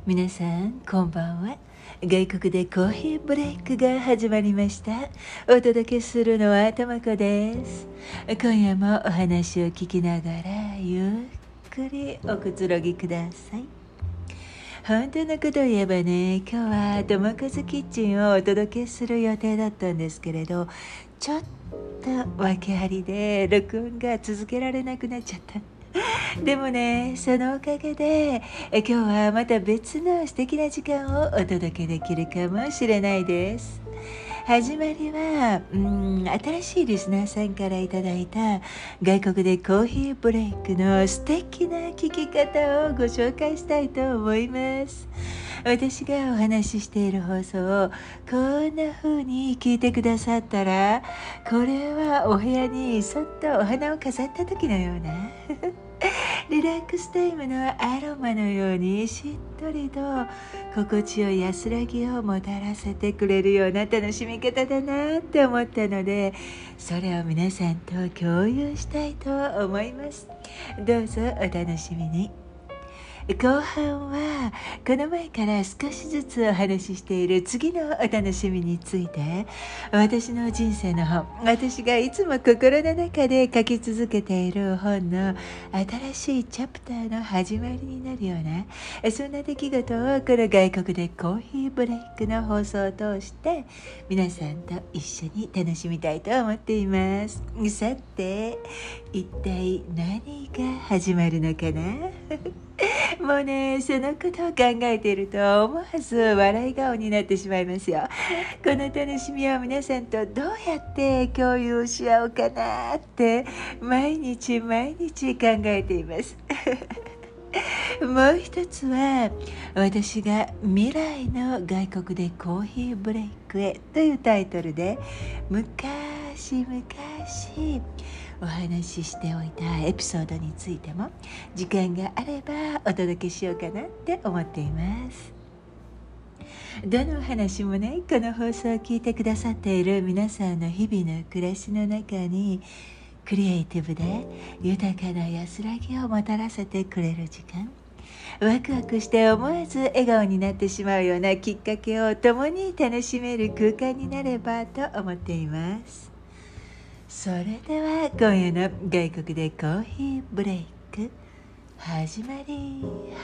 皆さんこんばんは。外国でコーヒーブレイクが始まりました。お届けするのはともこです。今夜もお話を聞きながらゆっくりおくつろぎください。本当のことを言えばね、今日はともこずキッチンをお届けする予定だったんですけれど、ちょっと訳ありで録音が続けられなくなっちゃった。でもね、そのおかげで今日はまた別の素敵な時間をお届けできるかもしれないです。始まりは新しいリスナーさんからいただいた外国でコーヒーブレイクの素敵な聞き方をご紹介したいと思います。私がお話ししている放送をこんな風に聞いてくださったら、これはお部屋にそっとお花を飾った時のようなリラックスタイムのアロマのようにしっとりと心地よい安らぎをもたらせてくれるような楽しみ方だなって思ったので、それを皆さんと共有したいと思います。どうぞお楽しみに。後半はこの前から少しずつお話ししている次のお楽しみについて、私の人生の本、私がいつも心の中で書き続けている本の新しいチャプターの始まりになるような、そんな出来事をこの外国でコーヒーブレイクの放送を通して皆さんと一緒に楽しみたいと思っています。さて、一体何が始まるのかなもうね、そのことを考えていると思わず笑い顔になってしまいますよ。この楽しみを皆さんとどうやって共有し合おうかなって毎日考えていますもう一つは、私が未来の外国でコーヒーブレイクへというタイトルで昔お話ししておいたエピソードについても時間があればお届けしようかなって思っています。どのお話もね、この放送を聞いてくださっている皆さんの日々の暮らしの中にクリエイティブで豊かな安らぎをもたらせてくれる時間、ワクワクして思わず笑顔になってしまうようなきっかけを共に楽しめる空間になればと思っています。それでは今夜の外国でコーヒーブレイク始まり。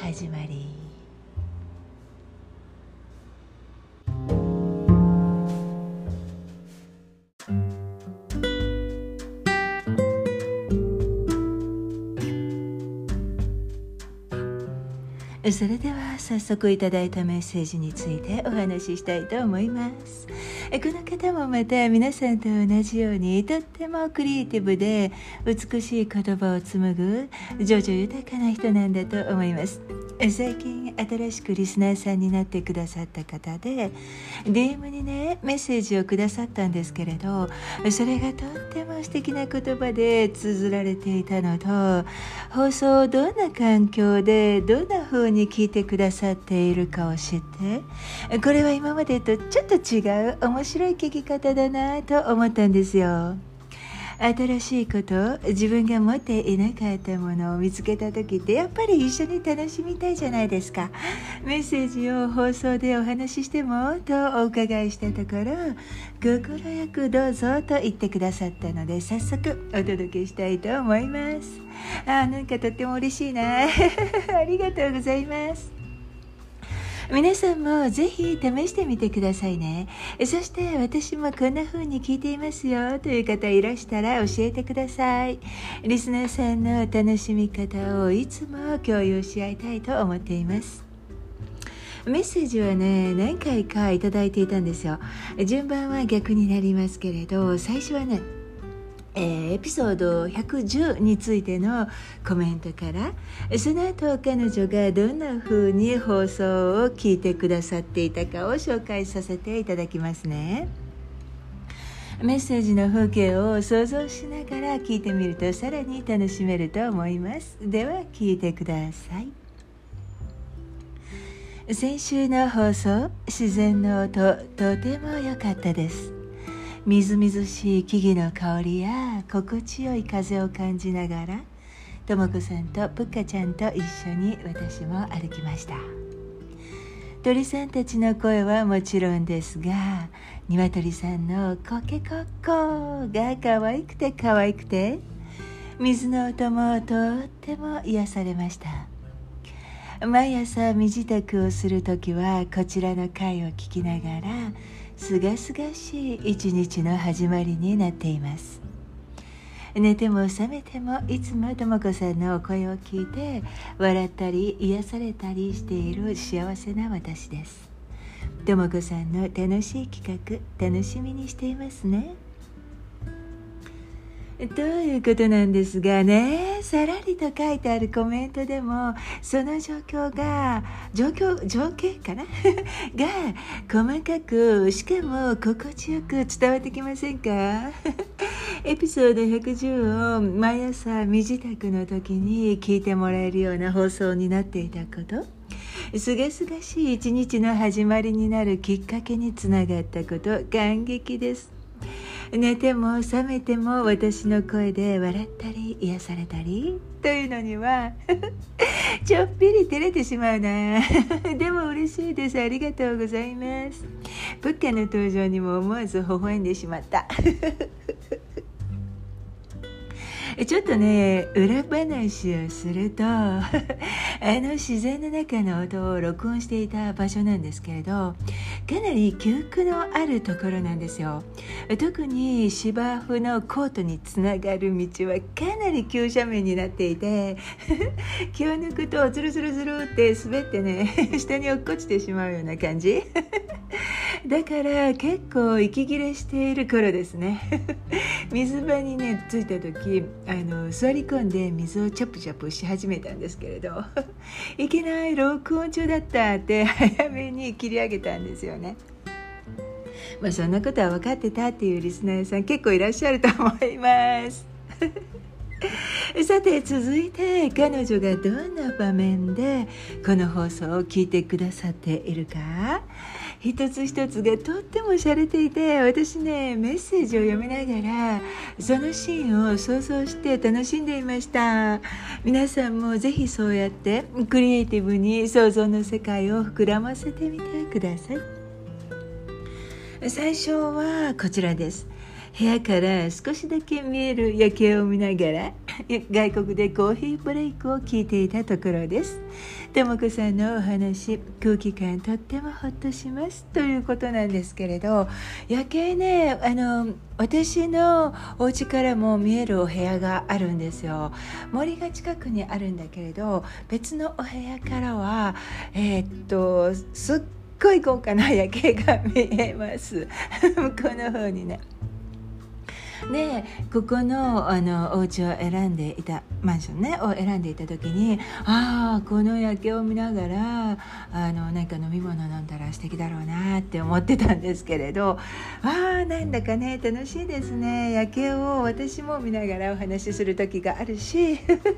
それでは早速いただいたメッセージについてお話ししたいと思います。この方もまた皆さんと同じようにとってもクリエイティブで美しい言葉を紡ぐ情緒豊かな人なんだと思います。最近新しくリスナーさんになってくださった方で DM にねメッセージをくださったんですけれど、それがとっても素敵な言葉で綴られていたのと、放送をどんな環境でどんな風に聞いてくださっているかを知って、これは今までとちょっと違う面白い聞き方だなと思ったんですよ。新しいこと、自分が持っていなかったものを見つけた時ってやっぱり一緒に楽しみたいじゃないですか。メッセージを放送でお話ししてもとお伺いしたところ、快くどうぞと言ってくださったので早速お届けしたいと思います。なんかとっても嬉しいなありがとうございます。皆さんもぜひ試してみてくださいね。そして私もこんな風に聞いていますよという方いらしたら教えてください。リスナーさんの楽しみ方をいつも共有し合いたいと思っています。メッセージはね何回かいただいていたんですよ。順番は逆になりますけれど、最初はねエピソード110についてのコメントから、その後彼女がどんな風に放送を聞いてくださっていたかを紹介させていただきますね。メッセージの風景を想像しながら聞いてみるとさらに楽しめると思います。では聞いてください。先週の放送、自然の音とても良かったです。みずみずしい木々の香りや心地よい風を感じながら、ともこさんとぷっかちゃんと一緒に私も歩きました。 鳥さんたちの声はもちろんですが、鶏さんのコケコッコが可愛くて可愛くて、水の音もとっても癒されました。毎朝身支度をするときはこちらの回を聞きながら、すがすがしい一日の始まりになっています。寝ても覚めてもいつもともこさんのお声を聞いて笑ったり癒されたりしている幸せな私です。ともこさんの楽しい企画楽しみにしていますね。ということなんですがね、さらりと書いてあるコメントでもその情景かなが細かく、しかも心地よく伝わってきませんか？エピソード110を毎朝身支度の時に聞いてもらえるような放送になっていたこと、すがすがしい一日の始まりになるきっかけにつながったこと、感激です。寝ても覚めても私の声で笑ったり癒されたりというのにはちょっぴり照れてしまうな。でも嬉しいです。ありがとうございます。プッカの登場にも思わず微笑んでしまったちょっとね、裏話をすると自然の中の音を録音していた場所なんですけれど、かなり起伏のあるところなんですよ。特に芝生のコートにつながる道はかなり急斜面になっていて気を抜くとズルズルズルって滑ってね下に落っこちてしまうような感じだから結構息切れしている頃ですね水場にね着いた時座り込んで水をチャプチャプし始めたんですけれどいけない、録音中だったって早めに切り上げたんですよね。そんなことは分かってたっていうリスナーさん結構いらっしゃると思いますさて続いて、彼女がどんな場面でこの放送を聞いてくださっているか、一つ一つがとっても洒落ていて、私ねメッセージを読みながらそのシーンを想像して楽しんでいました。皆さんもぜひそうやってクリエイティブに想像の世界を膨らませてみてください。最初はこちらです。部屋から少しだけ見える夜景を見ながら外国でコーヒーブレイクを聞いていたところです。ともこさんのお話、空気感とってもホッとしますということなんですけれど、夜景ね、私のお家からも見えるお部屋があるんですよ。森が近くにあるんだけれど、別のお部屋からはすっごい豪華な夜景が見えます向こうの方にね。でここのお家を選んでいたマンションねを選んでいた時に、この夜景を見ながらなんか飲み物飲んだら素敵だろうなって思ってたんですけれど、なんだかね楽しいですね。夜景を私も見ながらお話しする時があるし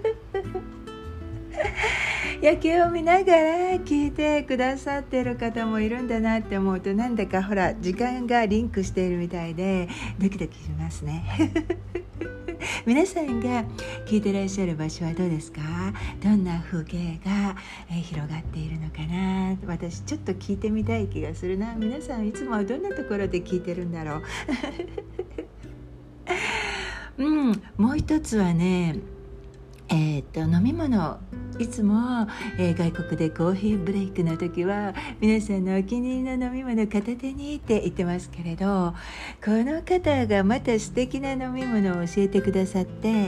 夜景を見ながら聞いてくださっている方もいるんだなって思うと、なんだかほら時間がリンクしているみたいでドキドキしますね皆さんが聞いてらっしゃる場所はどうですか？どんな風景が広がっているのかな。私ちょっと聞いてみたい気がするな。皆さんいつもどんなところで聞いてるんだろうもう一つはね、飲み物、いつも、外国でコーヒーブレイクの時は皆さんのお気に入りの飲み物片手にって言ってますけれど、この方がまた素敵な飲み物を教えてくださって、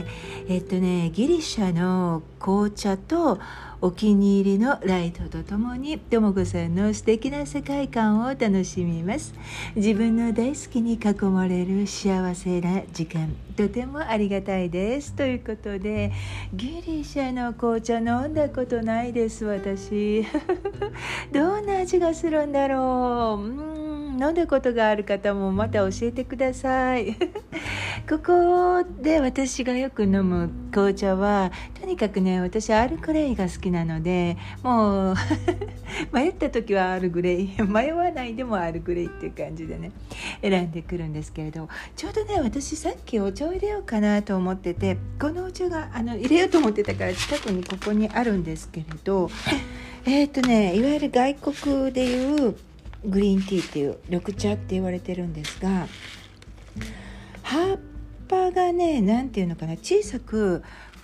ギリシャの紅茶とお気に入りのライトとともにともこさんの素敵な世界観を楽しみます。自分の大好きに囲まれる幸せな時間、とてもありがたいですということで、ギリシャの紅茶飲んだことないです私どんな味がするんだろう。 飲んだことがある方もまた教えてくださいここで私がよく飲む紅茶はとにかくね、私アールグレイが好きなので、もう迷った時はアールグレイ、迷わないでもアールグレイっていう感じでね選んでくるんですけれど、ちょうどね私さっきお茶を入れようかなと思ってて、このお茶が入れようと思ってたから近くにここにあるんですけれど、いわゆる外国でいうグリーンティーっていう緑茶って言われてるんですが、葉っぱがね、なんていうのかな、小さく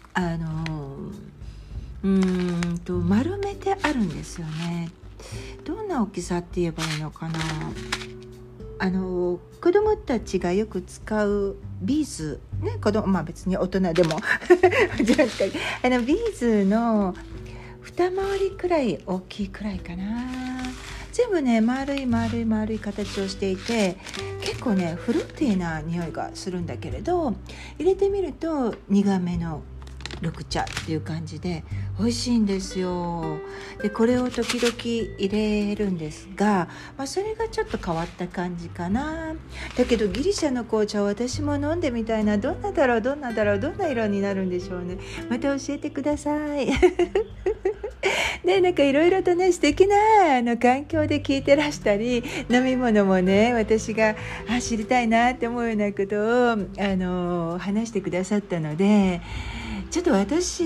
丸めてあるんですよね。どんな大きさって言えばいいのかな、子供たちがよく使うビーズね、別に大人でもビーズの二回りくらい大きいくらいかな。全部ね丸い形をしていて、結構ねフルーティーな匂いがするんだけれど、入れてみると苦めの緑茶っていう感じで美味しいんですよ。でこれを時々入れるんですが、それがちょっと変わった感じかな。だけどギリシャの紅茶を私も飲んでみたいな。どんな色になるんでしょうね。また教えてくださいでなんかいろいろとね素敵な環境で聞いてらしたり、飲み物もね私が知りたいなって思うようなことを話してくださったので、ちょっと私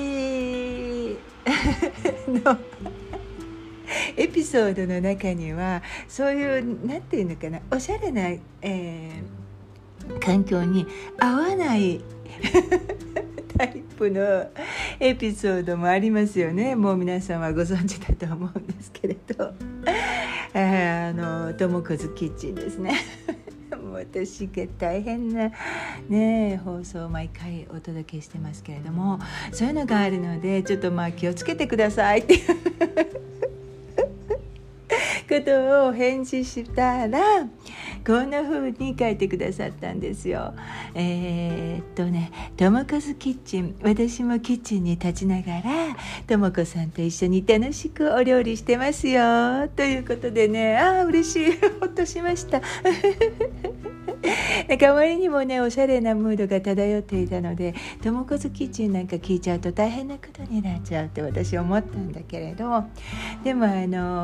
のエピソードの中にはそういうなんていうのかな、おしゃれな、環境に合わないタイプのエピソードもありますよね。もう皆さんはご存知だと思うんですけれど、ともこずキッチンですねもう私が大変な、放送を毎回お届けしてますけれども、そういうのがあるのでちょっと気をつけてくださいっていうことを返事したら、こんな風に書いてくださったんですよ。ともこずキッチン、私もキッチンに立ちながらともこさんと一緒に楽しくお料理してますよということでね、嬉しい、ほっとしましたなんかあまりにもねおしゃれなムードが漂っていたので、ともこずキッチンなんか聞いちゃうと大変なことになっちゃうって私思ったんだけれど、でも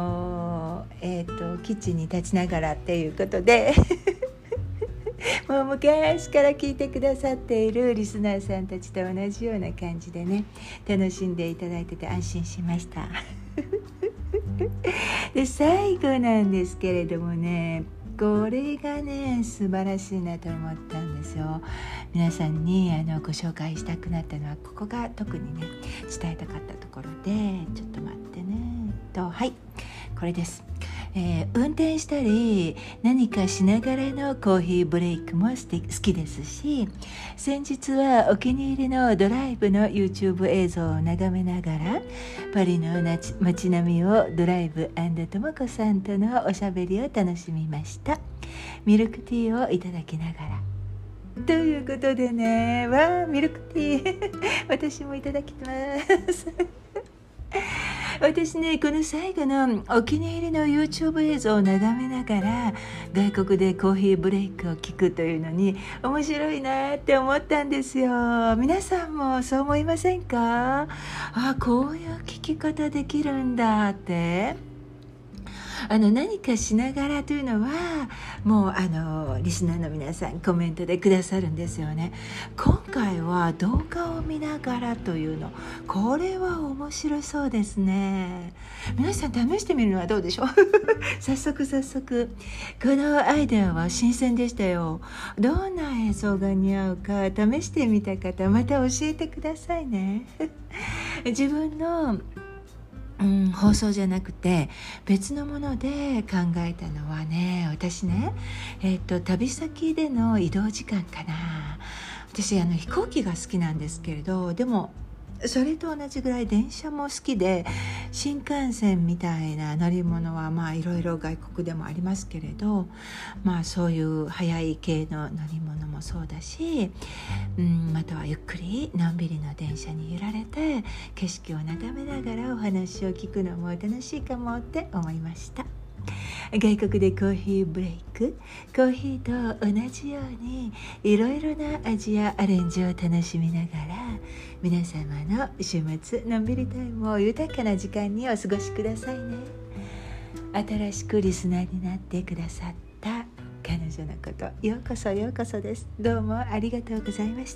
キッチンに立ちながらっていうことでもう昔から聞いてくださっているリスナーさんたちと同じような感じでね楽しんでいただいてて安心しましたで最後なんですけれどもね、これがね素晴らしいなと思ったんですよ。皆さんにご紹介したくなったのはここが特にね伝えたかったところで、ちょっと待ってねはい、これです。運転したり何かしながらのコーヒーブレイクも好きですし、先日はお気に入りのドライブの YouTube 映像を眺めながらパリの街並みをドライブ&ともこさんとのおしゃべりを楽しみました。ミルクティーをいただきながらということでね、ミルクティー私もいただきます私ねこの最後のお気に入りの YouTube 映像を眺めながら外国でコーヒーブレイクを聞くというのに面白いなって思ったんですよ。皆さんもそう思いませんか？こういう聞き方できるんだって。何かしながらというのはもうリスナーの皆さんコメントでくださるんですよね。今回は動画を見ながらというの、これは面白そうですね。皆さん試してみるのはどうでしょう早速このアイデアは新鮮でしたよ。どんな映像が似合うか試してみた方また教えてくださいね自分の放送じゃなくて別のもので考えたのはね、私ね、旅先での移動時間かな。私飛行機が好きなんですけれど、でもそれと同じぐらい電車も好きで、新幹線みたいな乗り物はいろいろ外国でもありますけれど、そういう速い系の乗り物もそうだし、またはゆっくりのんびりの電車に揺られて景色を眺めながらお話を聞くのも楽しいかもって思いました。 外国でコーヒーブレイク、コーヒーと同じようにいろいろな味やアレンジを楽しみながら、皆様の週末のんびりタイムを豊かな時間にお過ごしくださいね。新しくリスナーになってくださった彼女のこと、ようこそようこそです。どうもありがとうございました。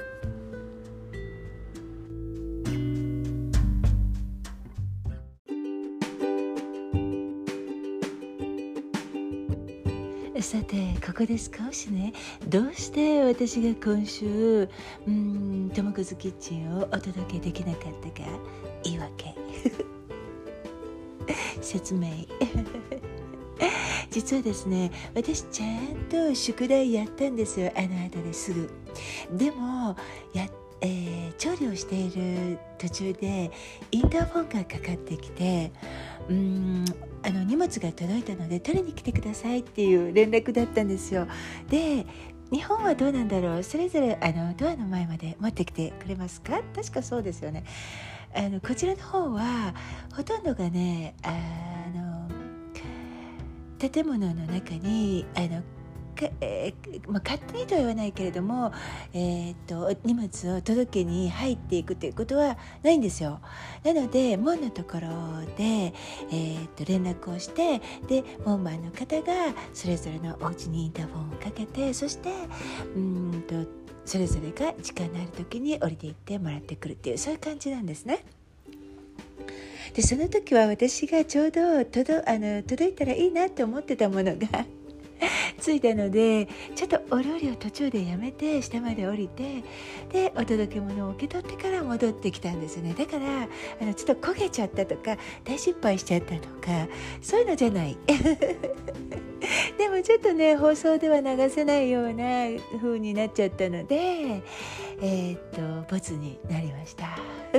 さて、ここで少しね、どうして私が今週ともこずキッチンをお届けできなかったか言い訳説明実はですね、私ちゃんと宿題やったんですよ、あの後ですぐ。でも調理をしている途中でインターフォンがかかってきて、荷物が届いたので取りに来てくださいっていう連絡だったんですよ。で、日本はどうなんだろう、それぞれドアの前まで持ってきてくれますか？確かそうですよね。こちらの方はほとんどがね、建物の中に勝手にとは言わないけれども、荷物を届けに入っていくということはないんですよ。なので門のところで、連絡をして、で門番の方がそれぞれのお家にインターフォンをかけて、そしてそれぞれが時間のある時に降りていってもらってくるっていう、そういう感じなんですね。でその時は私がちょうど届いたらいいなって思ってたものがついたので、ちょっとお料理を途中でやめて下まで降りて、でお届け物を受け取ってから戻ってきたんですよね。だからちょっと焦げちゃったとか大失敗しちゃったとか、そういうのじゃないでもちょっとね、放送では流せないような風になっちゃったので、ボツになりました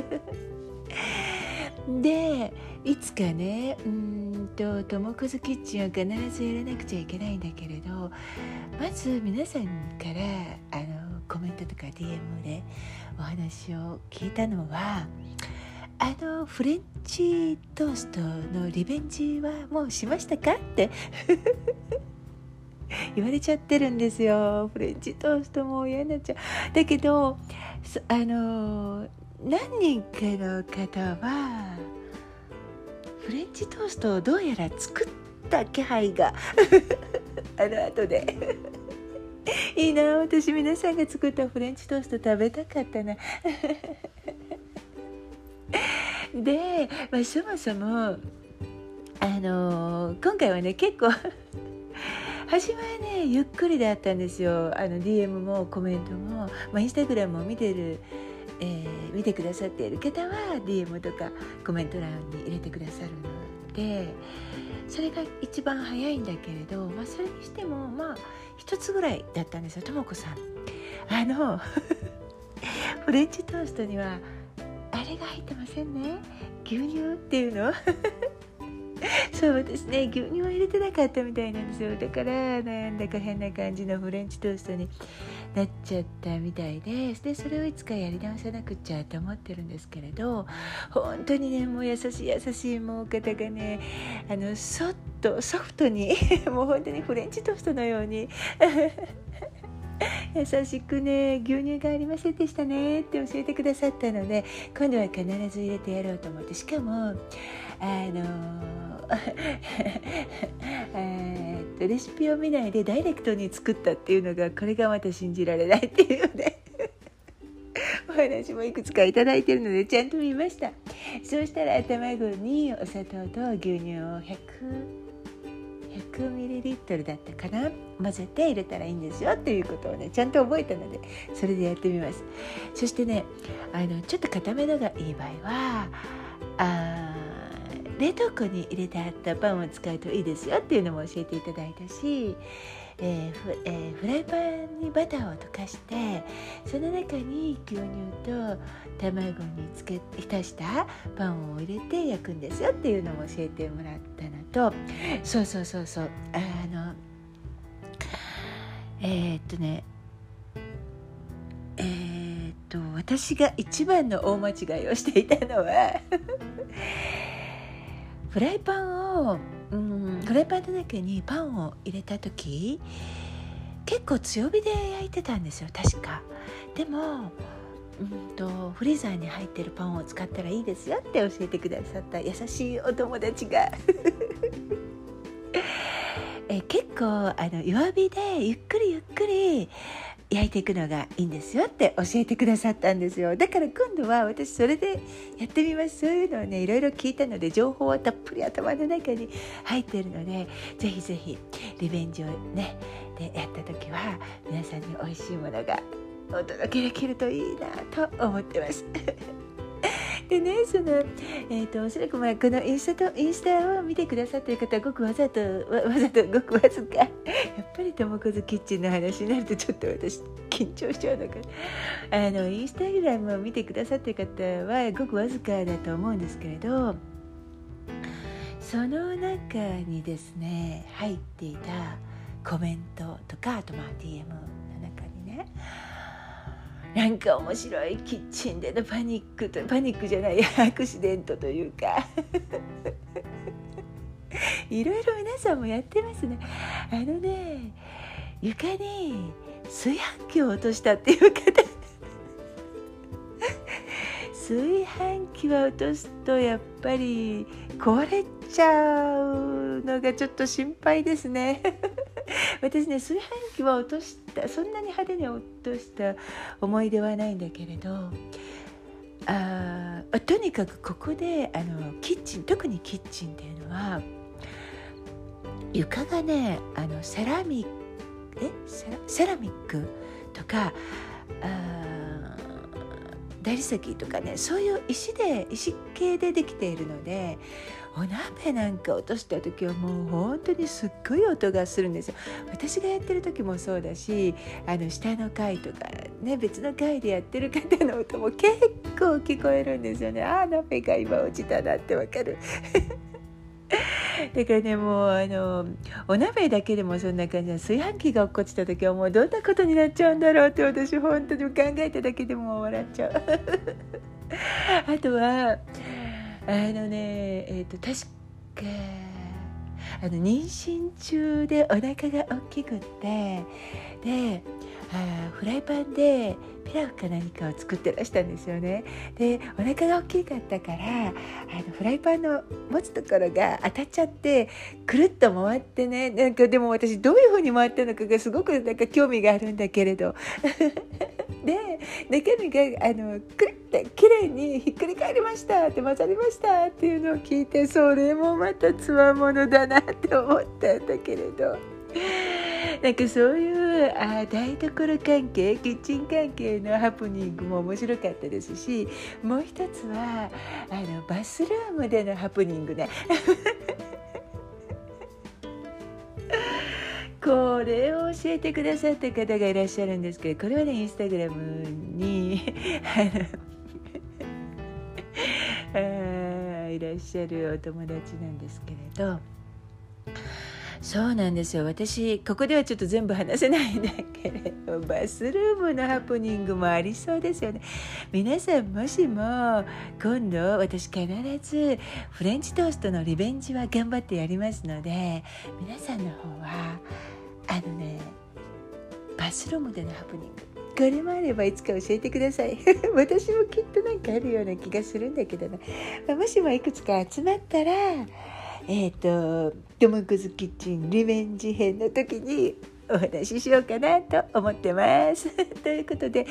で、いつかね、ともこずキッチンを必ずやらなくちゃいけないんだけれど、まず皆さんからコメントとか DM でお話を聞いたのは、フレンチトーストのリベンジはもうしましたかって言われちゃってるんですよ。フレンチトーストも嫌になっちゃう。だけど何人かの方はフレンチトーストをどうやら作った気配が後でいいな、私皆さんが作ったフレンチトースト食べたかったなで、そもそも今回はね、結構初めはねゆっくりだったんですよ。DM もコメントも、インスタグラムを見てくださっている方は DM とかコメント欄に入れてくださるので、それが一番早いんだけれど、それにしても一つぐらいだったんですよ。ともこさんフレンチトーストにはあれが入ってませんね、牛乳っていうのそうですね、牛乳を入れてなかったみたいなんですよ。だからなんだか変な感じのフレンチトーストになっちゃったみたいです。でそれをいつかやり直さなくちゃと思ってるんですけれど、本当にね、もう優しいもう方がね、ソフトにもう本当にフレンチトーストのように優しくね、牛乳がありませんでしたねって教えてくださったので、今度は必ず入れてやろうと思って、しかもレシピを見ないでダイレクトに作ったっていうのが、これがまた信じられないっていうねお話もいくつかいただいているのでちゃんと見ました。そうしたら卵にお砂糖と牛乳を100ml だったかな、混ぜて入れたらいいんですよっていうことをね、ちゃんと覚えたので、それでやってみます。そしてね、ちょっと固めのがいい場合は冷凍庫に入れてあったパンを使うといいですよっていうのも教えていただいたし、フライパンにバターを溶かして、その中に牛乳と卵に浸したパンを入れて焼くんですよっていうのも教えてもらったのと、そう私が一番の大間違いをしていたのはフライパンを、 フライパンの中にパンを入れた時結構強火で焼いてたんですよ確か。でもフリーザーに入ってるパンを使ったらいいですよって教えてくださった優しいお友達が結構弱火でゆっくりゆっくり焼いていくのがいいんですよって教えてくださったんですよ。だから今度は私それでやってみます。そういうのをねいろいろ聞いたので情報はたっぷり頭の中に入っているので、ぜひぜひリベンジをねでやった時は皆さんに美味しいものがお届けできるといいなと思ってますでね、おそらくこのインスタを見てくださっている方はごくわざとごくわずかやっぱりともこずキッチンの話になるとちょっと私緊張しちゃうのかな。インスタグラムを見てくださっている方はごくわずかだと思うんですけれど、その中にですね入っていたコメントとか、あとDM の中にね、なんか面白いキッチンでのパニックじゃないアクシデントというかいろいろ皆さんもやってますね。床に炊飯器を落としたっていう方炊飯器は落とすとやっぱり壊れちゃうのがちょっと心配ですね私ね炊飯器は落としたそんなに派手に落とした思い出はないんだけれど、とにかくここでキッチン、特にキッチンっていうのは床がねセラミックとか大理石とかね、そういう石系でできているので、お鍋なんか落とした時はもう本当にすっごい音がするんですよ。私がやってる時もそうだし、下の階とかね、別の階でやってる方の音も結構聞こえるんですよね。鍋が今落ちたなってわかるだからね、もうお鍋だけでもそんな感じで、炊飯器が落っこちた時はもうどんなことになっちゃうんだろうって私本当に考えただけでも笑っちゃうあとは確か妊娠中でお腹が大きくってでフライパンでピラフか何かを作ってらしたんですよね。でお腹が大きかったからフライパンの持つところが当たっちゃってくるっと回ってね、なんかでも私どういう風に回ったのかがすごくなんか興味があるんだけれどで中身がくるってきれいにひっくり返りましたって混ざりましたっていうのを聞いて、それもまたつわものだなって思ったんだけれど、なんかそういう台所関係、キッチン関係のハプニングも面白かったですし、もう一つはバスルームでのハプニングねこれを教えてくださった方がいらっしゃるんですけど、これはねインスタグラムにいらっしゃるお友達なんですけれど、そうなんですよ。私ここではちょっと全部話せないんだけれど、バスルームのハプニングもありそうですよね。皆さんもしも今度私必ずフレンチトーストのリベンジは頑張ってやりますので、皆さんの方はバスルームでのハプニングこれもあればいつか教えてください私もきっとなんかあるような気がするんだけどな、もしもいくつか集まったらともこずキッチンリベンジ編の時にお話ししようかなと思ってますということで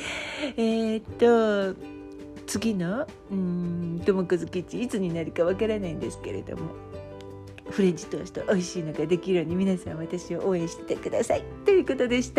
次のともこずキッチンいつになるかわからないんですけれども、フレンチトースト美味しいのができるように皆さん私を応援してくださいということでした。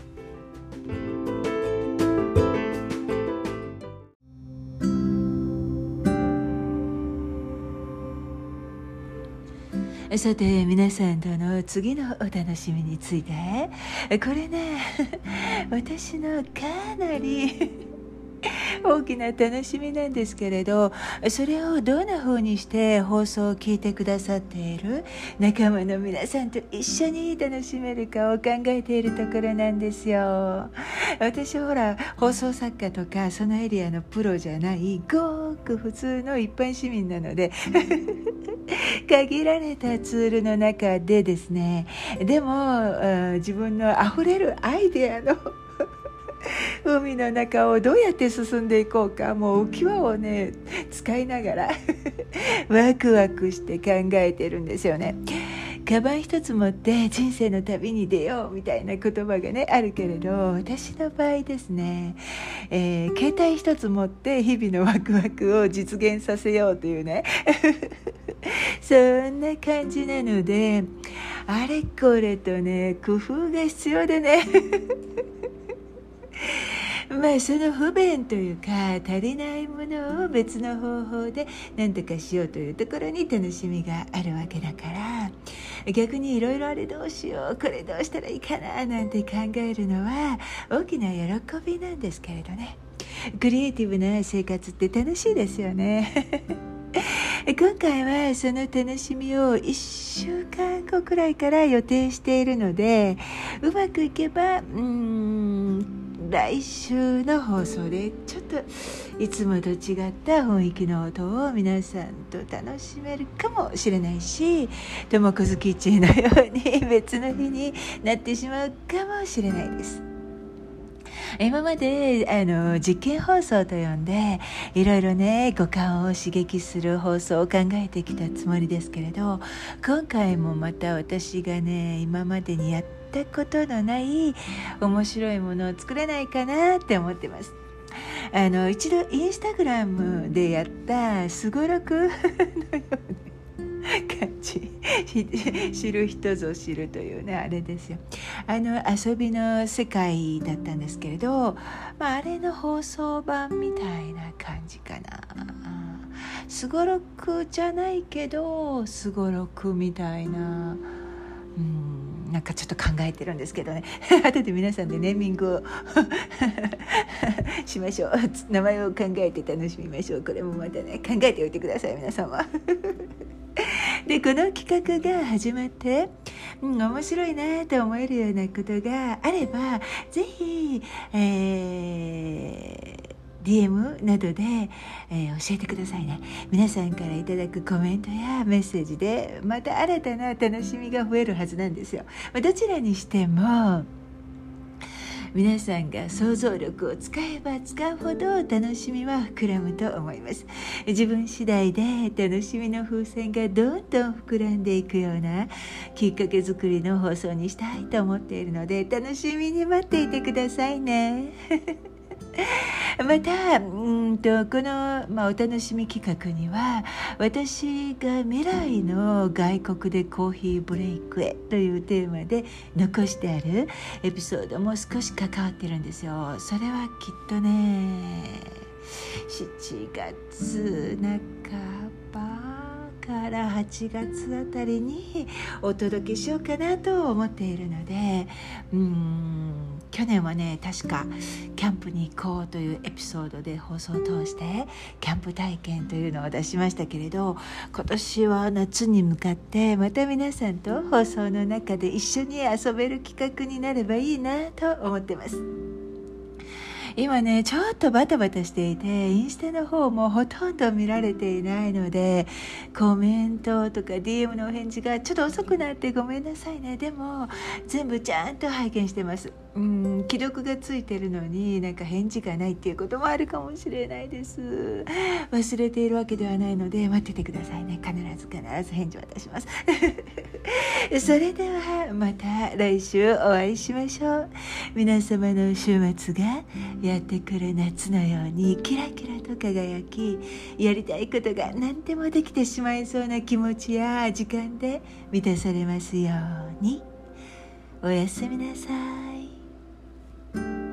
さて皆さんとの次のお楽しみについて、これね私のかなり大きな楽しみなんですけれど、それをどんな風にして放送を聞いてくださっている仲間の皆さんと一緒に楽しめるかを考えているところなんですよ。私ほら放送作家とかそのエリアのプロじゃないごく普通の一般市民なので限られたツールの中でですね、でも自分のあふれるアイデアの海の中をどうやって進んでいこうか、もう浮き輪をね使いながらワクワクして考えてるんですよね。カバン一つ持って人生の旅に出ようみたいな言葉がねあるけれど、私の場合ですね、携帯一つ持って日々のワクワクを実現させようというねそんな感じなので、あれこれとね工夫が必要でねその不便というか足りないものを別の方法で何とかしようというところに楽しみがあるわけだから、逆にいろいろあれどうしよう、これどうしたらいいかななんて考えるのは大きな喜びなんですけれどね。クリエイティブな生活って楽しいですよね今回はその楽しみを1週間後くらいから予定しているので、うまくいけば来週の放送でちょっといつもと違った雰囲気の音を皆さんと楽しめるかもしれないし、ともこずキッチンのように別の日になってしまうかもしれないです。今まで実験放送と呼んでいろいろね五感を刺激する放送を考えてきたつもりですけれど、今回もまた私がね今までにやったことのない面白いものを作れないかなって思ってます。一度インスタグラムでやったすごろくのような感じ知る人ぞ知るというねあれですよ。遊びの世界だったんですけれど、あれの放送版みたいな感じかな。すごろくじゃないけどすごろくみたいな、なんかちょっと考えてるんですけどね後で皆さんでネーミングをしましょう。名前を考えて楽しみましょう。これもまたね考えておいてください皆様でこの企画が始まって、面白いなと思えるようなことがあればぜひ、DM などで、教えてくださいね。皆さんからいただくコメントやメッセージでまた新たな楽しみが増えるはずなんですよ。どちらにしても皆さんが想像力を使えば使うほど楽しみは膨らむと思います。自分次第で楽しみの風船がどんどん膨らんでいくようなきっかけ作りの放送にしたいと思っているので、楽しみに待っていてくださいねまたこの、お楽しみ企画には私が未来の外国でコーヒーブレイクへというテーマで残してあるエピソードも少し関わってるんですよ。それはきっとね7月半ばから8月あたりにお届けしようかなと思っているので、去年はね確かキャンプに行こうというエピソードで放送を通してキャンプ体験というのを出しましたけれど、今年は夏に向かってまた皆さんと放送の中で一緒に遊べる企画になればいいなと思ってます。今ねちょっとバタバタしていてインスタの方もほとんど見られていないのでコメントとか DM のお返事がちょっと遅くなってごめんなさいね。でも全部ちゃんと拝見してます。既読がついてるのになんか返事がないっていうこともあるかもしれないです。忘れているわけではないので待っててくださいね。必ず返事渡しますそれではまた来週お会いしましょう。皆様の週末がやってくる夏のようにキラキラと輝き、やりたいことが何でもできてしまいそうな気持ちや時間で満たされますように。おやすみなさい。